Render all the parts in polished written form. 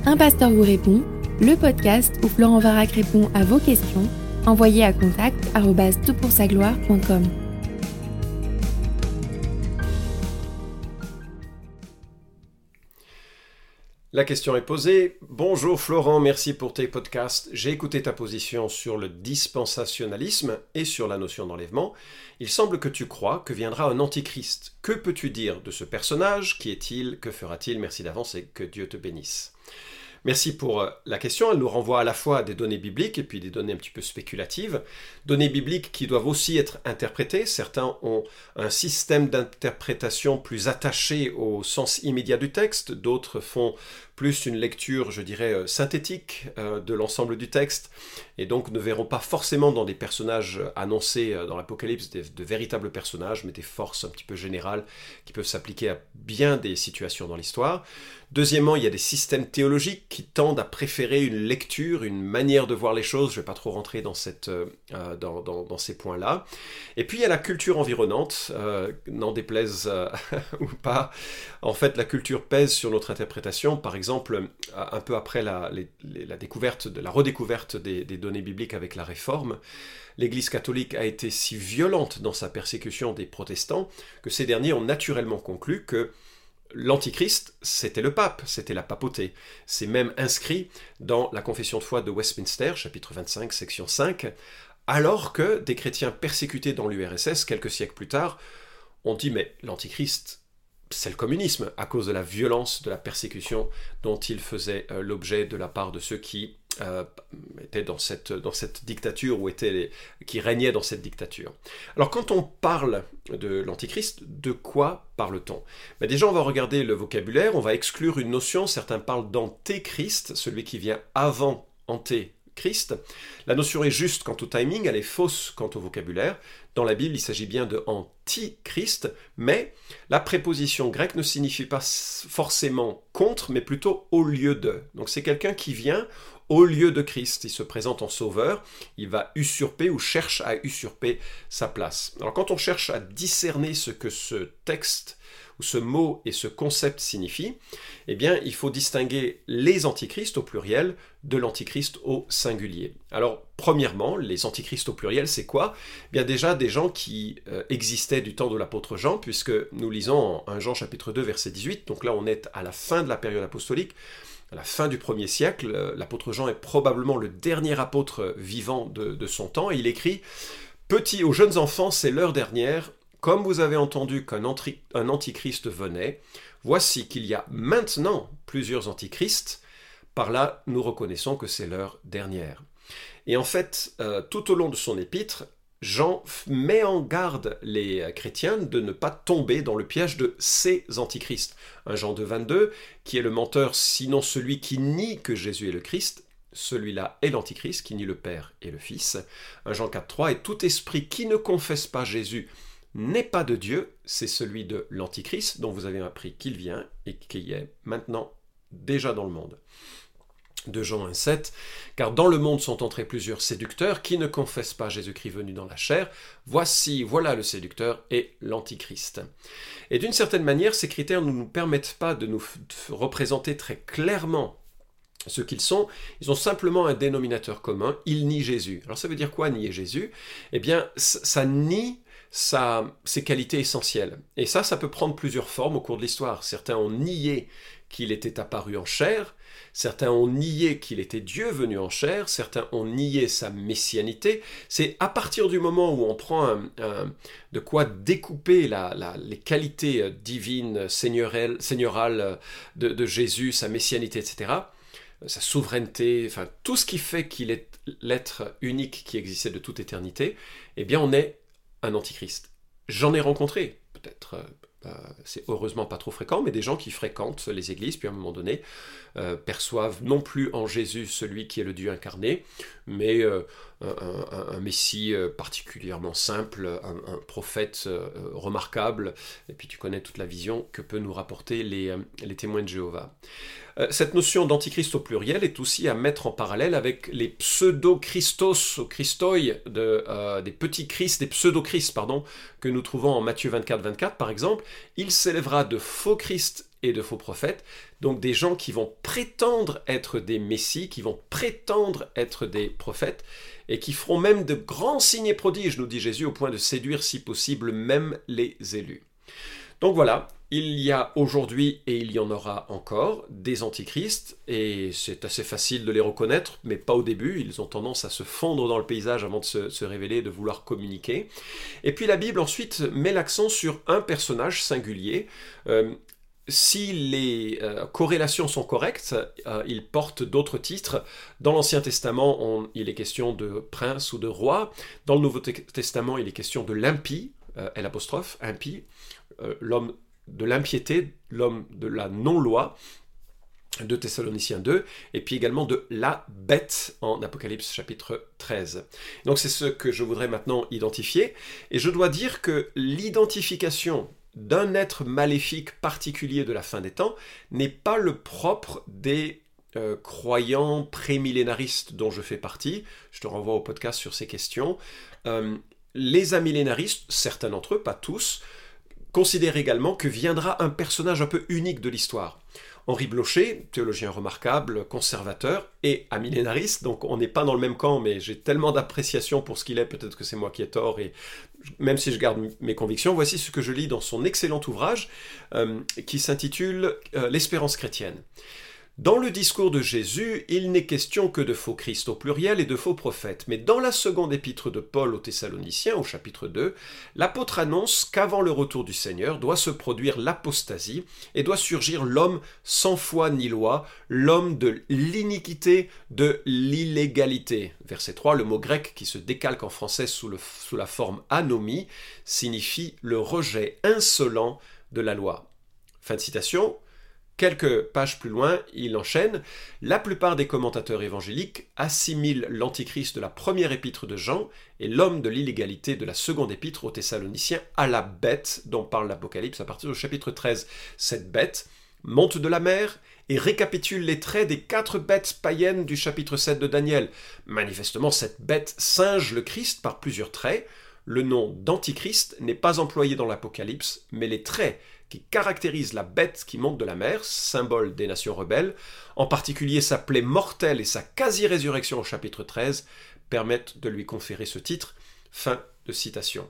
Un pasteur vous répond, le podcast où Florent Varac répond à vos questions, envoyez à contact@toutpoursagloire.com. La question est posée. Bonjour Florent, merci pour tes podcasts. J'ai écouté ta position sur le dispensationalisme et sur la notion d'enlèvement. Il semble que tu crois que viendra un antichrist. Que peux-tu dire de ce personnage? Qui est-il? Que fera-t-il? Merci d'avance et que Dieu te bénisse. Merci pour la question. Elle nous renvoie à la fois à des données bibliques et puis des données un petit peu spéculatives. Données bibliques qui doivent aussi être interprétées. Certains ont un système d'interprétation plus attaché au sens immédiat du texte. D'autres font plus une lecture, je dirais, synthétique de l'ensemble du texte. Et donc ne verront pas forcément dans des personnages annoncés dans l'Apocalypse de véritables personnages, mais des forces un petit peu générales qui peuvent s'appliquer à bien des situations dans l'histoire. Deuxièmement, il y a des systèmes théologiques qui tendent à préférer une lecture, une manière de voir les choses. Je ne vais pas trop rentrer dans ces points-là. Et puis il y a la culture environnante, n'en déplaise ou pas. En fait, la culture pèse sur notre interprétation. Par exemple, un peu après la redécouverte des données bibliques avec la Réforme, l'Église catholique a été si violente dans sa persécution des protestants que ces derniers ont naturellement conclu que l'Antichrist, c'était le pape, c'était la papauté. C'est même inscrit dans la confession de foi de Westminster, chapitre 25, section 5, alors que des chrétiens persécutés dans l'URSS, quelques siècles plus tard, ont dit « mais l'Antichrist, c'est le communisme » à cause de la violence de la persécution dont il faisait l'objet de la part de ceux qui étaient dans cette dictature ou qui régnaient dans cette dictature. Alors quand on parle de l'Antichrist, de quoi parle-t-on? Déjà on va regarder le vocabulaire, on va exclure une notion, certains parlent d'antéchrist, celui qui vient avant Christ. La notion est juste quant au timing, elle est fausse quant au vocabulaire. Dans la Bible, il s'agit bien de antichrist, mais la préposition grecque ne signifie pas forcément contre, mais plutôt au lieu de. Donc c'est quelqu'un qui vient au lieu de Christ. Il se présente en sauveur, il va usurper ou cherche à usurper sa place. Alors quand on cherche à discerner ce que ce texte ou ce mot et ce concept signifient, eh bien, il faut distinguer les antichrists au pluriel de l'antichrist au singulier. Alors, premièrement, les antichrists au pluriel, c'est quoi? Eh bien, déjà, des gens qui existaient du temps de l'apôtre Jean, puisque nous lisons en 1 Jean chapitre 2, verset 18, donc là, on est à la fin de la période apostolique, à la fin du 1er siècle, l'apôtre Jean est probablement le dernier apôtre vivant de son temps, et il écrit « Petits aux jeunes enfants, c'est l'heure dernière, comme vous avez entendu qu'un antichrist venait, voici qu'il y a maintenant plusieurs antichrists, par là nous reconnaissons que c'est l'heure dernière. » Et en fait, tout au long de son épître, Jean met en garde les chrétiens de ne pas tomber dans le piège de ces antichrists. 1 Jean 2, 22, qui est le menteur, sinon celui qui nie que Jésus est le Christ, celui-là est l'antichrist, qui nie le Père et le Fils. 1 Jean 4, 3, et tout esprit qui ne confesse pas Jésus n'est pas de Dieu, c'est celui de l'Antichrist, dont vous avez appris qu'il vient et qui est maintenant déjà dans le monde. 2 Jean 1,7, car dans le monde sont entrés plusieurs séducteurs qui ne confessent pas Jésus-Christ venu dans la chair. Voilà le séducteur et l'Antichrist. Et d'une certaine manière, ces critères ne nous permettent pas de nous représenter très clairement ce qu'ils sont. Ils ont simplement un dénominateur commun, ils nient Jésus. Alors ça veut dire quoi, nier Jésus? Eh bien, ça nie ses qualités essentielles. Et ça peut prendre plusieurs formes au cours de l'histoire. Certains ont nié qu'il était apparu en chair, certains ont nié qu'il était Dieu venu en chair, certains ont nié sa messianité. C'est à partir du moment où on prend de quoi découper les qualités divines, seigneurales de Jésus, sa messianité, etc., sa souveraineté, enfin tout ce qui fait qu'il est l'être unique qui existait de toute éternité, eh bien on est un antichrist. J'en ai rencontré, peut-être, c'est heureusement pas trop fréquent, mais des gens qui fréquentent les églises, puis à un moment donné, perçoivent non plus en Jésus celui qui est le Dieu incarné, mais un Messie particulièrement simple, un prophète remarquable, et puis tu connais toute la vision que peut nous rapporter les témoins de Jéhovah. Cette notion d'antichrist au pluriel est aussi à mettre en parallèle avec les pseudo-christos, ou christoi, des petits christ, des pseudo-christ, que nous trouvons en Matthieu 24, 24 par exemple. Il s'élèvera de faux Christ et de faux prophètes, donc des gens qui vont prétendre être des messies, qui vont prétendre être des prophètes, et qui feront même de grands signes et prodiges, nous dit Jésus, au point de séduire si possible même les élus. Donc voilà, il y a aujourd'hui, et il y en aura encore, des antichrists, et c'est assez facile de les reconnaître, mais pas au début, ils ont tendance à se fondre dans le paysage avant de se révéler, de vouloir communiquer. Et puis la Bible ensuite met l'accent sur un personnage singulier. Si les corrélations sont correctes, il porte d'autres titres. Dans l'Ancien Testament, il est question de prince ou de roi. Dans le Nouveau Testament, il est question de l'impie, l'apostrophe, impie, l'homme de l'impiété, l'homme de la non-loi, de Thessaloniciens 2, et puis également de la bête en Apocalypse chapitre 13. Donc c'est ce que je voudrais maintenant identifier, et je dois dire que l'identification d'un être maléfique particulier de la fin des temps n'est pas le propre des croyants prémillénaristes dont je fais partie. Je te renvoie au podcast sur ces questions. Les amillénaristes, certains d'entre eux, pas tous, considère également que viendra un personnage un peu unique de l'histoire. Henri Blocher, théologien remarquable, conservateur et amillénariste, donc on n'est pas dans le même camp, mais j'ai tellement d'appréciation pour ce qu'il est, peut-être que c'est moi qui ai tort, et même si je garde mes convictions, voici ce que je lis dans son excellent ouvrage qui s'intitule « L'espérance chrétienne ». Dans le discours de Jésus, il n'est question que de faux Christ au pluriel et de faux prophètes. Mais dans la seconde épître de Paul aux Thessaloniciens, au chapitre 2, l'apôtre annonce qu'avant le retour du Seigneur doit se produire l'apostasie et doit surgir l'homme sans foi ni loi, l'homme de l'iniquité, de l'illégalité. Verset 3, le mot grec qui se décalque en français sous la forme anomie signifie le rejet insolent de la loi. Fin de citation. Quelques pages plus loin, il enchaîne. La plupart des commentateurs évangéliques assimilent l'antichrist de la première épître de Jean et l'homme de l'illégalité de la seconde épître aux Thessaloniciens à la bête dont parle l'Apocalypse à partir du chapitre 13. Cette bête monte de la mer et récapitule les traits des 4 bêtes païennes du chapitre 7 de Daniel. Manifestement, cette bête singe le Christ par plusieurs traits. Le nom d'antichrist n'est pas employé dans l'Apocalypse, mais les traits qui caractérise la bête qui monte de la mer, symbole des nations rebelles, en particulier sa plaie mortelle et sa quasi-résurrection au chapitre 13, permettent de lui conférer ce titre. Fin de citation.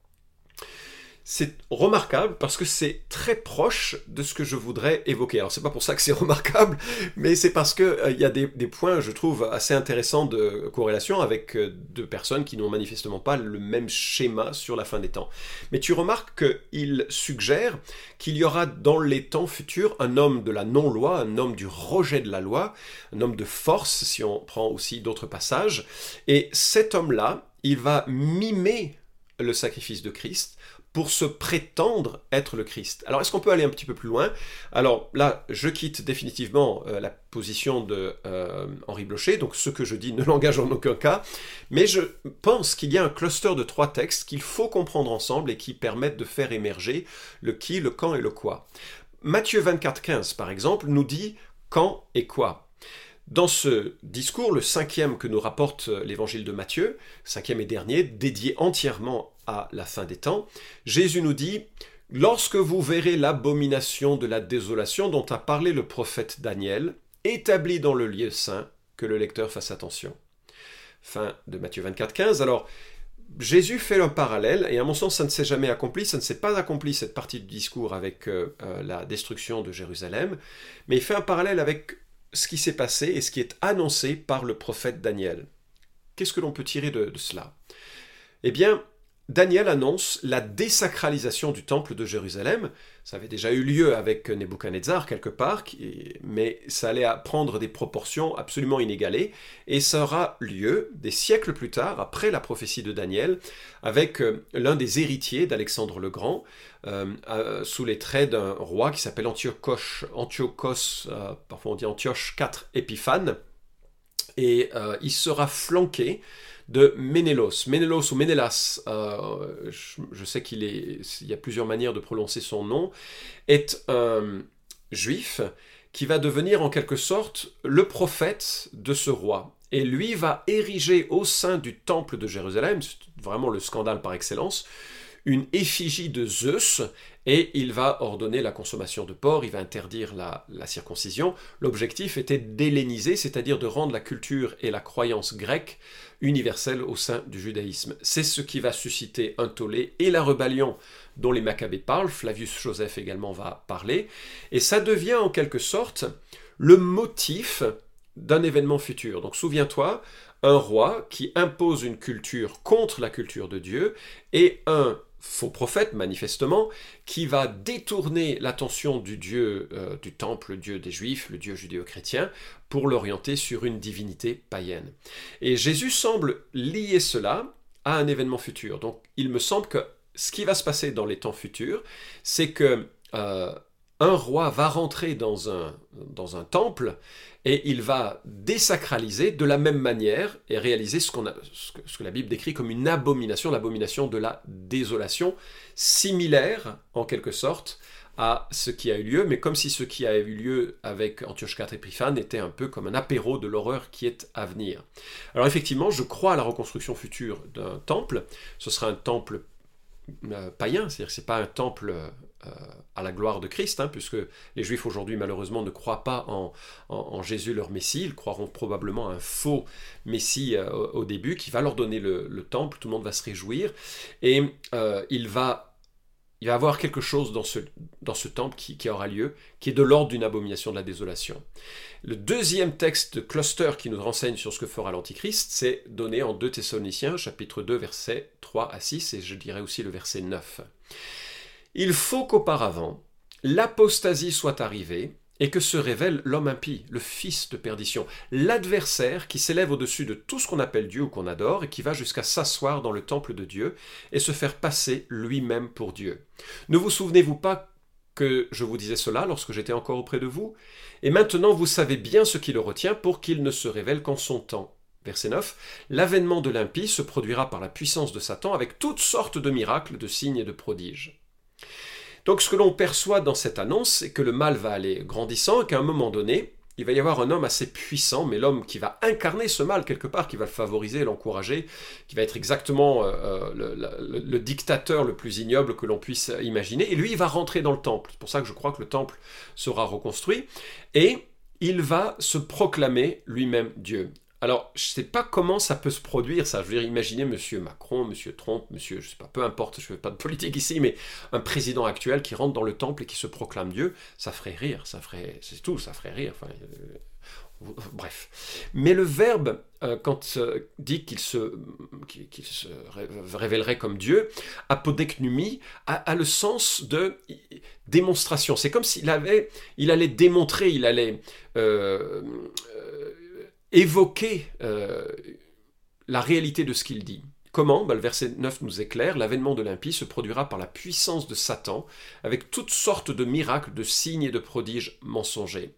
C'est remarquable parce que c'est très proche de ce que je voudrais évoquer. Alors c'est pas pour ça que c'est remarquable, mais c'est parce qu'il y a des points, je trouve, assez intéressants de corrélation avec deux personnes qui n'ont manifestement pas le même schéma sur la fin des temps. Mais tu remarques qu'il suggère qu'il y aura dans les temps futurs un homme de la non-loi, un homme du rejet de la loi, un homme de force, si on prend aussi d'autres passages. Et cet homme-là, il va mimer le sacrifice de Christ pour se prétendre être le Christ. Alors, est-ce qu'on peut aller un petit peu plus loin? Alors là, je quitte définitivement la position de Henri Blocher, donc ce que je dis ne l'engage en aucun cas, mais je pense qu'il y a un cluster de 3 textes qu'il faut comprendre ensemble et qui permettent de faire émerger le qui, le quand et le quoi. Matthieu 24,15, par exemple, nous dit quand et quoi. Dans ce discours, le 5e que nous rapporte l'évangile de Matthieu, 5e et dernier, dédié entièrement à la fin des temps, Jésus nous dit « Lorsque vous verrez l'abomination de la désolation dont a parlé le prophète Daniel, établie dans le lieu saint, que le lecteur fasse attention. » Fin de Matthieu 24,15. Alors, Jésus fait un parallèle, et à mon sens, ça ne s'est jamais accompli, ça ne s'est pas accompli cette partie du discours avec la destruction de Jérusalem, mais il fait un parallèle avec ce qui s'est passé et ce qui est annoncé par le prophète Daniel. Qu'est-ce que l'on peut tirer de cela? Eh bien, Daniel annonce la désacralisation du temple de Jérusalem. Ça avait déjà eu lieu avec Nebuchadnezzar quelque part, mais ça allait prendre des proportions absolument inégalées, et ça aura lieu des siècles plus tard, après la prophétie de Daniel, avec l'un des héritiers d'Alexandre le Grand, sous les traits d'un roi qui s'appelle Antiochos, parfois on dit Antioche IV Épiphane, et il sera flanqué de Ménélos ou Ménélas, je sais qu'il y a plusieurs manières de prononcer son nom, est un juif qui va devenir en quelque sorte le prophète de ce roi. Et lui va ériger au sein du temple de Jérusalem, c'est vraiment le scandale par excellence, une effigie de Zeus, et il va ordonner la consommation de porc, il va interdire la circoncision. L'objectif était d'helléniser, c'est-à-dire de rendre la culture et la croyance grecque universelle au sein du judaïsme. C'est ce qui va susciter un tollé et la rébellion dont les Maccabées parlent, Flavius Joseph également va parler, et ça devient en quelque sorte le motif d'un événement futur. Donc souviens-toi, un roi qui impose une culture contre la culture de Dieu et un faux prophète, manifestement, qui va détourner l'attention du Dieu du temple, le Dieu des Juifs, le Dieu judéo-chrétien, pour l'orienter sur une divinité païenne. Et Jésus semble lier cela à un événement futur. Donc il me semble que ce qui va se passer dans les temps futurs, c'est que un roi va rentrer dans un temple et il va désacraliser de la même manière et réaliser ce que la Bible décrit comme une abomination, l'abomination de la désolation, similaire en quelque sorte à ce qui a eu lieu, mais comme si ce qui a eu lieu avec Antioche IV Épiphane était un peu comme un apéro de l'horreur qui est à venir. Alors effectivement, je crois à la reconstruction future d'un temple. Ce sera un temple païen, c'est-à-dire que ce n'est pas un temple à la gloire de Christ, puisque les Juifs aujourd'hui malheureusement ne croient pas en Jésus leur Messie, ils croiront probablement à un faux Messie au début qui va leur donner le temple, tout le monde va se réjouir, et il va avoir quelque chose dans ce temple qui aura lieu, qui est de l'ordre d'une abomination de la désolation. Le deuxième texte de cluster qui nous renseigne sur ce que fera l'Antichrist, c'est donné en 2 Thessaloniciens, chapitre 2, versets 3 à 6, et je dirais aussi le verset 9. Il faut qu'auparavant, l'apostasie soit arrivée et que se révèle l'homme impie, le fils de perdition, l'adversaire qui s'élève au-dessus de tout ce qu'on appelle Dieu ou qu'on adore et qui va jusqu'à s'asseoir dans le temple de Dieu et se faire passer lui-même pour Dieu. Ne vous souvenez-vous pas que je vous disais cela lorsque j'étais encore auprès de vous? Et maintenant vous savez bien ce qui le retient pour qu'il ne se révèle qu'en son temps. Verset 9, l'avènement de l'impie se produira par la puissance de Satan avec toutes sortes de miracles, de signes et de prodiges. Donc ce que l'on perçoit dans cette annonce, c'est que le mal va aller grandissant et qu'à un moment donné, il va y avoir un homme assez puissant, mais l'homme qui va incarner ce mal quelque part, qui va le favoriser, l'encourager, qui va être exactement le dictateur le plus ignoble que l'on puisse imaginer. Et lui, il va rentrer dans le temple. C'est pour ça que je crois que le temple sera reconstruit. Et il va se proclamer lui-même Dieu. Alors, je ne sais pas comment ça peut se produire, ça. Je veux dire, imaginez M. Macron, M. Trump, je ne sais pas, peu importe, je ne fais pas de politique ici, mais un président actuel qui rentre dans le temple et qui se proclame Dieu, ça ferait rire, c'est tout, ça ferait rire. Enfin, bref. Mais le verbe, quand dit qu'il se révélerait comme Dieu, apodeknumi, a le sens de démonstration. C'est comme s'il allait démontrer, il allait évoquer la réalité de ce qu'il dit. Comment? Le verset 9 nous éclaire, l'avènement de l'impie se produira par la puissance de Satan, avec toutes sortes de miracles, de signes et de prodiges mensongers.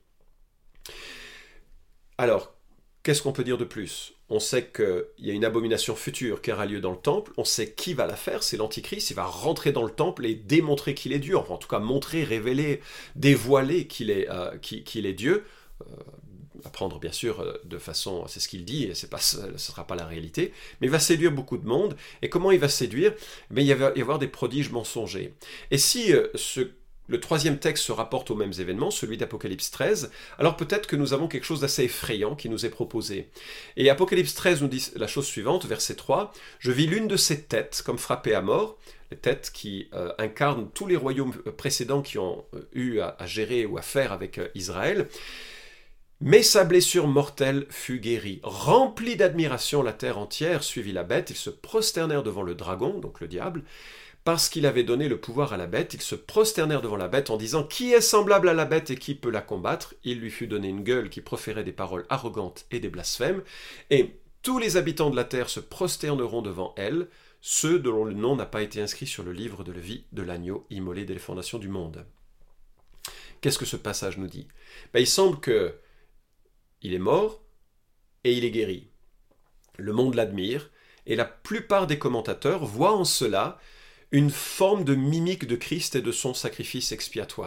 Alors, qu'est-ce qu'on peut dire de plus? On sait qu'il y a une abomination future qui aura lieu dans le temple, on sait qui va la faire, c'est l'Antichrist, il va rentrer dans le temple et démontrer qu'il est Dieu, enfin en tout cas montrer, révéler, dévoiler qu'il est Dieu, apprendre bien sûr de façon, c'est ce qu'il dit, et ce ne sera pas la réalité, mais il va séduire beaucoup de monde. Et comment il va séduire? Mais il va y avoir des prodiges mensongers. Et si le troisième texte se rapporte aux mêmes événements, celui d'Apocalypse 13, alors peut-être que nous avons quelque chose d'assez effrayant qui nous est proposé. Et Apocalypse 13 nous dit la chose suivante, verset 3, « Je vis l'une de ces têtes comme frappée à mort », les têtes qui incarnent tous les royaumes précédents qui ont eu à gérer ou à faire avec Israël, mais sa blessure mortelle fut guérie. Remplie d'admiration, la terre entière suivit la bête. Ils se prosternèrent devant le dragon, donc le diable. Parce qu'il avait donné le pouvoir à la bête, ils se prosternèrent devant la bête en disant « Qui est semblable à la bête et qui peut la combattre ?» Il lui fut donné une gueule qui proférait des paroles arrogantes et des blasphèmes. Et tous les habitants de la terre se prosterneront devant elle, ceux dont le nom n'a pas été inscrit sur le livre de la vie de l'agneau immolé dès les fondations du monde. Qu'est-ce que ce passage nous dit? Il semble que il est mort et il est guéri. Le monde l'admire et la plupart des commentateurs voient en cela une forme de mimique de Christ et de son sacrifice expiatoire.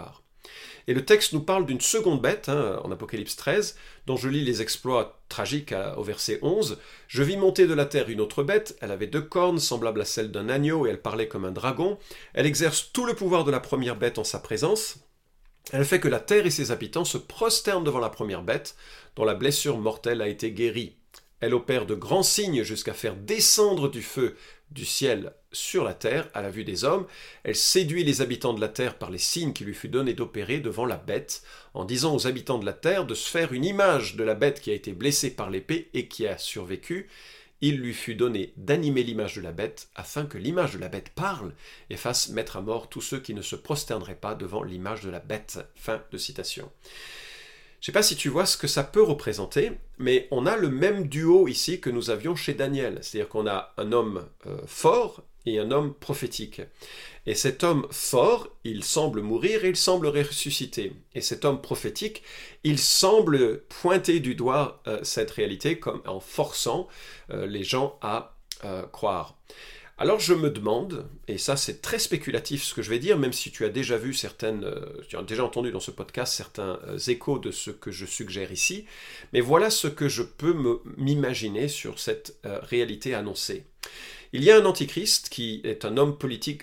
Et le texte nous parle d'une seconde bête, en Apocalypse 13, dont je lis les exploits tragiques au verset 11. « Je vis monter de la terre une autre bête, elle avait 2 cornes, semblables à celles d'un agneau, et elle parlait comme un dragon. Elle exerce tout le pouvoir de la première bête en sa présence. Elle fait que la terre et ses habitants se prosternent devant la première bête, dont la blessure mortelle a été guérie. Elle opère de grands signes jusqu'à faire descendre du feu du ciel sur la terre à la vue des hommes. Elle séduit les habitants de la terre par les signes qui lui fut donné d'opérer devant la bête, en disant aux habitants de la terre de se faire une image de la bête qui a été blessée par l'épée et qui a survécu. Il lui fut donné d'animer l'image de la bête, afin que l'image de la bête parle et fasse mettre à mort tous ceux qui ne se prosterneraient pas devant l'image de la bête. » Fin de citation. Je ne sais pas si tu vois ce que ça peut représenter, mais on a le même duo ici que nous avions chez Daniel. C'est-à-dire qu'on a un homme fort et un homme prophétique. Et cet homme fort, il semble mourir et il semble ressusciter. Et cet homme prophétique, il semble pointer du doigt cette réalité comme en forçant les gens à croire. Alors je me demande, et ça c'est très spéculatif ce que je vais dire, même si tu as déjà vu tu as déjà entendu dans ce podcast certains échos de ce que je suggère ici, mais voilà ce que je peux m'imaginer sur cette réalité annoncée. Il y a un antichrist qui est un homme politique,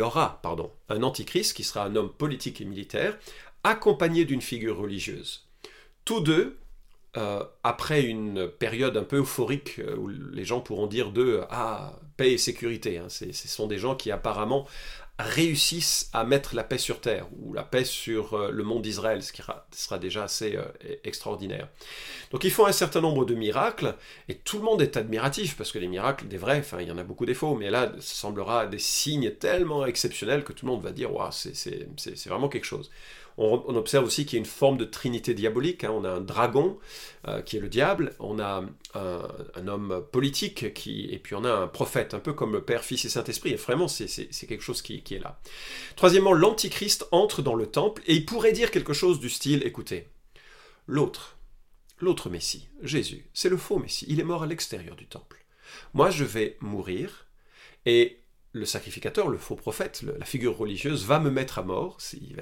un antichrist qui sera un homme politique et militaire, accompagné d'une figure religieuse. Tous deux, après une période un peu euphorique où les gens pourront dire d'eux « Ah, paix et sécurité », ce sont des gens qui apparemment réussissent à mettre la paix sur terre, ou la paix sur le monde d'Israël, ce qui sera déjà assez extraordinaire. Donc ils font un certain nombre de miracles, et tout le monde est admiratif, parce que les miracles, des vrais, il y en a beaucoup des faux, mais là, ça semblera des signes tellement exceptionnels que tout le monde va dire « Waouh, c'est vraiment quelque chose ». On observe aussi qu'il y a une forme de trinité diabolique. On a un dragon qui est le diable, on a un homme politique et puis on a un prophète, un peu comme le Père, Fils et Saint-Esprit. Et vraiment, c'est quelque chose qui est là. Troisièmement, l'Antichrist entre dans le temple et il pourrait dire quelque chose du style, écoutez, l'autre Messie, Jésus, c'est le faux Messie, il est mort à l'extérieur du temple. Moi, je vais mourir et le sacrificateur, le faux prophète, la figure religieuse, va me mettre à mort,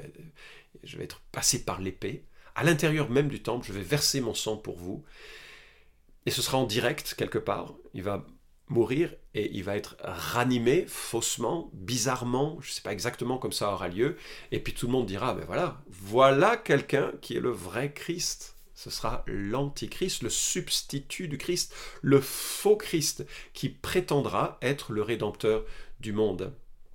je vais être passé par l'épée, à l'intérieur même du temple, je vais verser mon sang pour vous, et ce sera en direct quelque part, il va mourir et il va être ranimé faussement, bizarrement, je ne sais pas exactement comme ça aura lieu, et puis tout le monde dira, ben voilà quelqu'un qui est le vrai Christ. Ce sera l'Antichrist, le substitut du Christ, le faux Christ, qui prétendra être le Rédempteur du monde.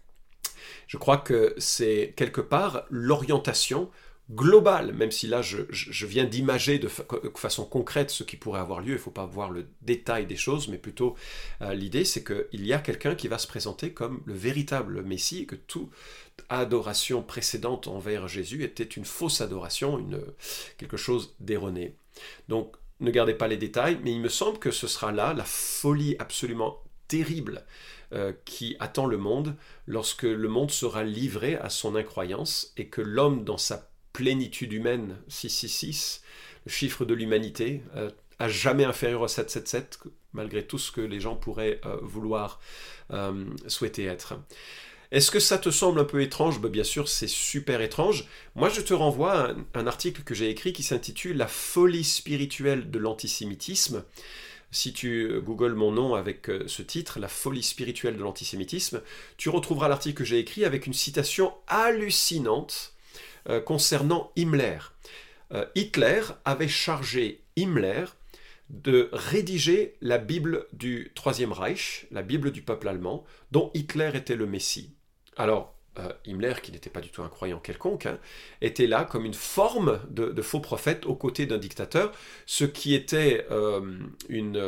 Je crois que c'est quelque part l'orientation globale, même si là je viens d'imager de façon concrète ce qui pourrait avoir lieu, il ne faut pas voir le détail des choses, mais plutôt l'idée c'est qu'il y a quelqu'un qui va se présenter comme le véritable Messie, et que toute adoration précédente envers Jésus était une fausse adoration, quelque chose d'erroné. Donc ne gardez pas les détails, mais il me semble que ce sera là la folie absolument terrible qui attend le monde lorsque le monde sera livré à son incroyance et que l'homme dans sa plénitude humaine, 666, le chiffre de l'humanité, à jamais inférieur à 777, malgré tout ce que les gens pourraient vouloir souhaiter être. Est-ce que ça te semble un peu étrange ? Bien sûr, c'est super étrange. Moi, je te renvoie à un article que j'ai écrit qui s'intitule « La folie spirituelle de l'antisémitisme ». Si tu googles mon nom avec ce titre, La folie spirituelle de l'antisémitisme, tu retrouveras l'article que j'ai écrit avec une citation hallucinante concernant Himmler. Hitler avait chargé Himmler de rédiger la Bible du Troisième Reich, la Bible du peuple allemand, dont Hitler était le Messie. Alors, Himmler, qui n'était pas du tout un croyant quelconque, était là comme une forme de faux prophète aux côtés d'un dictateur, ce qui était une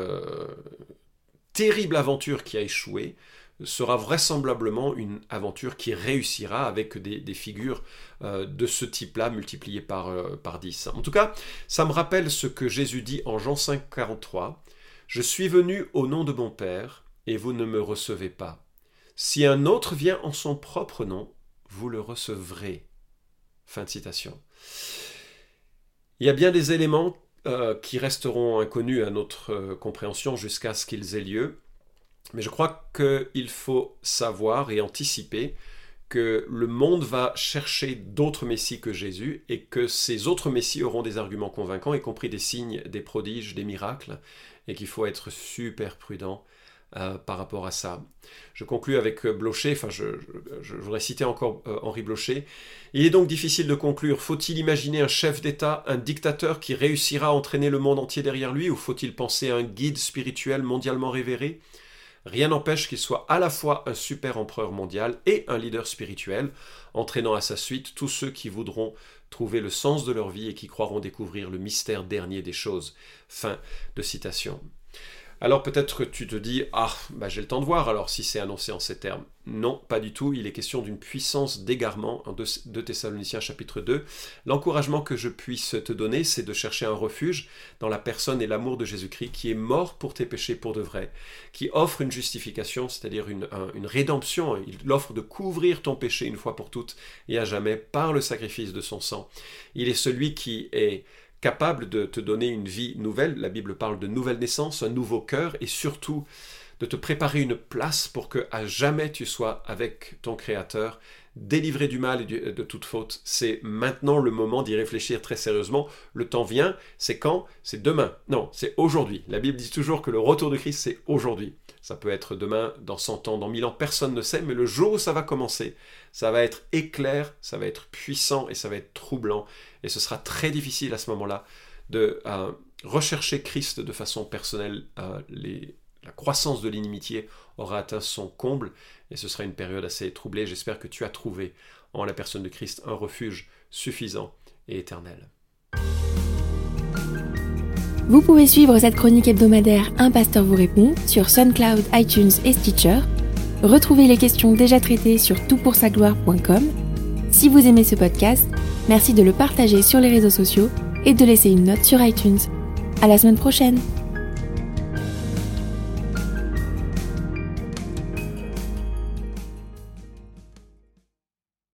terrible aventure qui a échoué, sera vraisemblablement une aventure qui réussira avec des figures de ce type-là multipliées par 10. En tout cas, ça me rappelle ce que Jésus dit en Jean 5, 43. « Je suis venu au nom de mon Père, et vous ne me recevez pas. Si un autre vient en son propre nom, vous le recevrez. » Fin de citation. Il y a bien des éléments qui resteront inconnus à notre compréhension jusqu'à ce qu'ils aient lieu. Mais je crois qu'il faut savoir et anticiper que le monde va chercher d'autres messies que Jésus et que ces autres messies auront des arguments convaincants, y compris des signes, des prodiges, des miracles, et qu'il faut être super prudent par rapport à ça. Je conclus avec Blocher, je voudrais citer encore Henri Blocher. Il est donc difficile de conclure, faut-il imaginer un chef d'État, un dictateur qui réussira à entraîner le monde entier derrière lui, ou faut-il penser à un guide spirituel mondialement révéré ? Rien n'empêche qu'il soit à la fois un super empereur mondial et un leader spirituel, entraînant à sa suite tous ceux qui voudront trouver le sens de leur vie et qui croiront découvrir le mystère dernier des choses. Fin de citation. Alors peut-être que tu te dis « Ah, j'ai le temps de voir alors si c'est annoncé en ces termes ». Non, pas du tout, il est question d'une puissance d'égarement en 2 Thessaloniciens chapitre 2. L'encouragement que je puisse te donner, c'est de chercher un refuge dans la personne et l'amour de Jésus-Christ qui est mort pour tes péchés pour de vrai, qui offre une justification, c'est-à-dire une rédemption. Il offre de couvrir ton péché une fois pour toutes et à jamais par le sacrifice de son sang. Il est celui qui est capable de te donner une vie nouvelle, la Bible parle de nouvelle naissance, un nouveau cœur, et surtout de te préparer une place pour que à jamais tu sois avec ton Créateur, délivré du mal et de toute faute. C'est maintenant le moment d'y réfléchir très sérieusement. Le temps vient, c'est quand ? C'est demain. Non, c'est aujourd'hui. La Bible dit toujours que le retour de Christ, c'est aujourd'hui. Ça peut être demain, dans 100 ans, dans 1000 ans, personne ne sait, mais le jour où ça va commencer, ça va être éclair, ça va être puissant et ça va être troublant. Et ce sera très difficile à ce moment-là de rechercher Christ de façon personnelle. La croissance de l'inimitié aura atteint son comble et ce sera une période assez troublée. J'espère que tu as trouvé en la personne de Christ un refuge suffisant et éternel. Vous pouvez suivre cette chronique hebdomadaire Un pasteur vous répond sur SoundCloud, iTunes et Stitcher. Retrouvez les questions déjà traitées sur toutpoursagloire.com. Si vous aimez ce podcast, merci de le partager sur les réseaux sociaux et de laisser une note sur iTunes. À la semaine prochaine!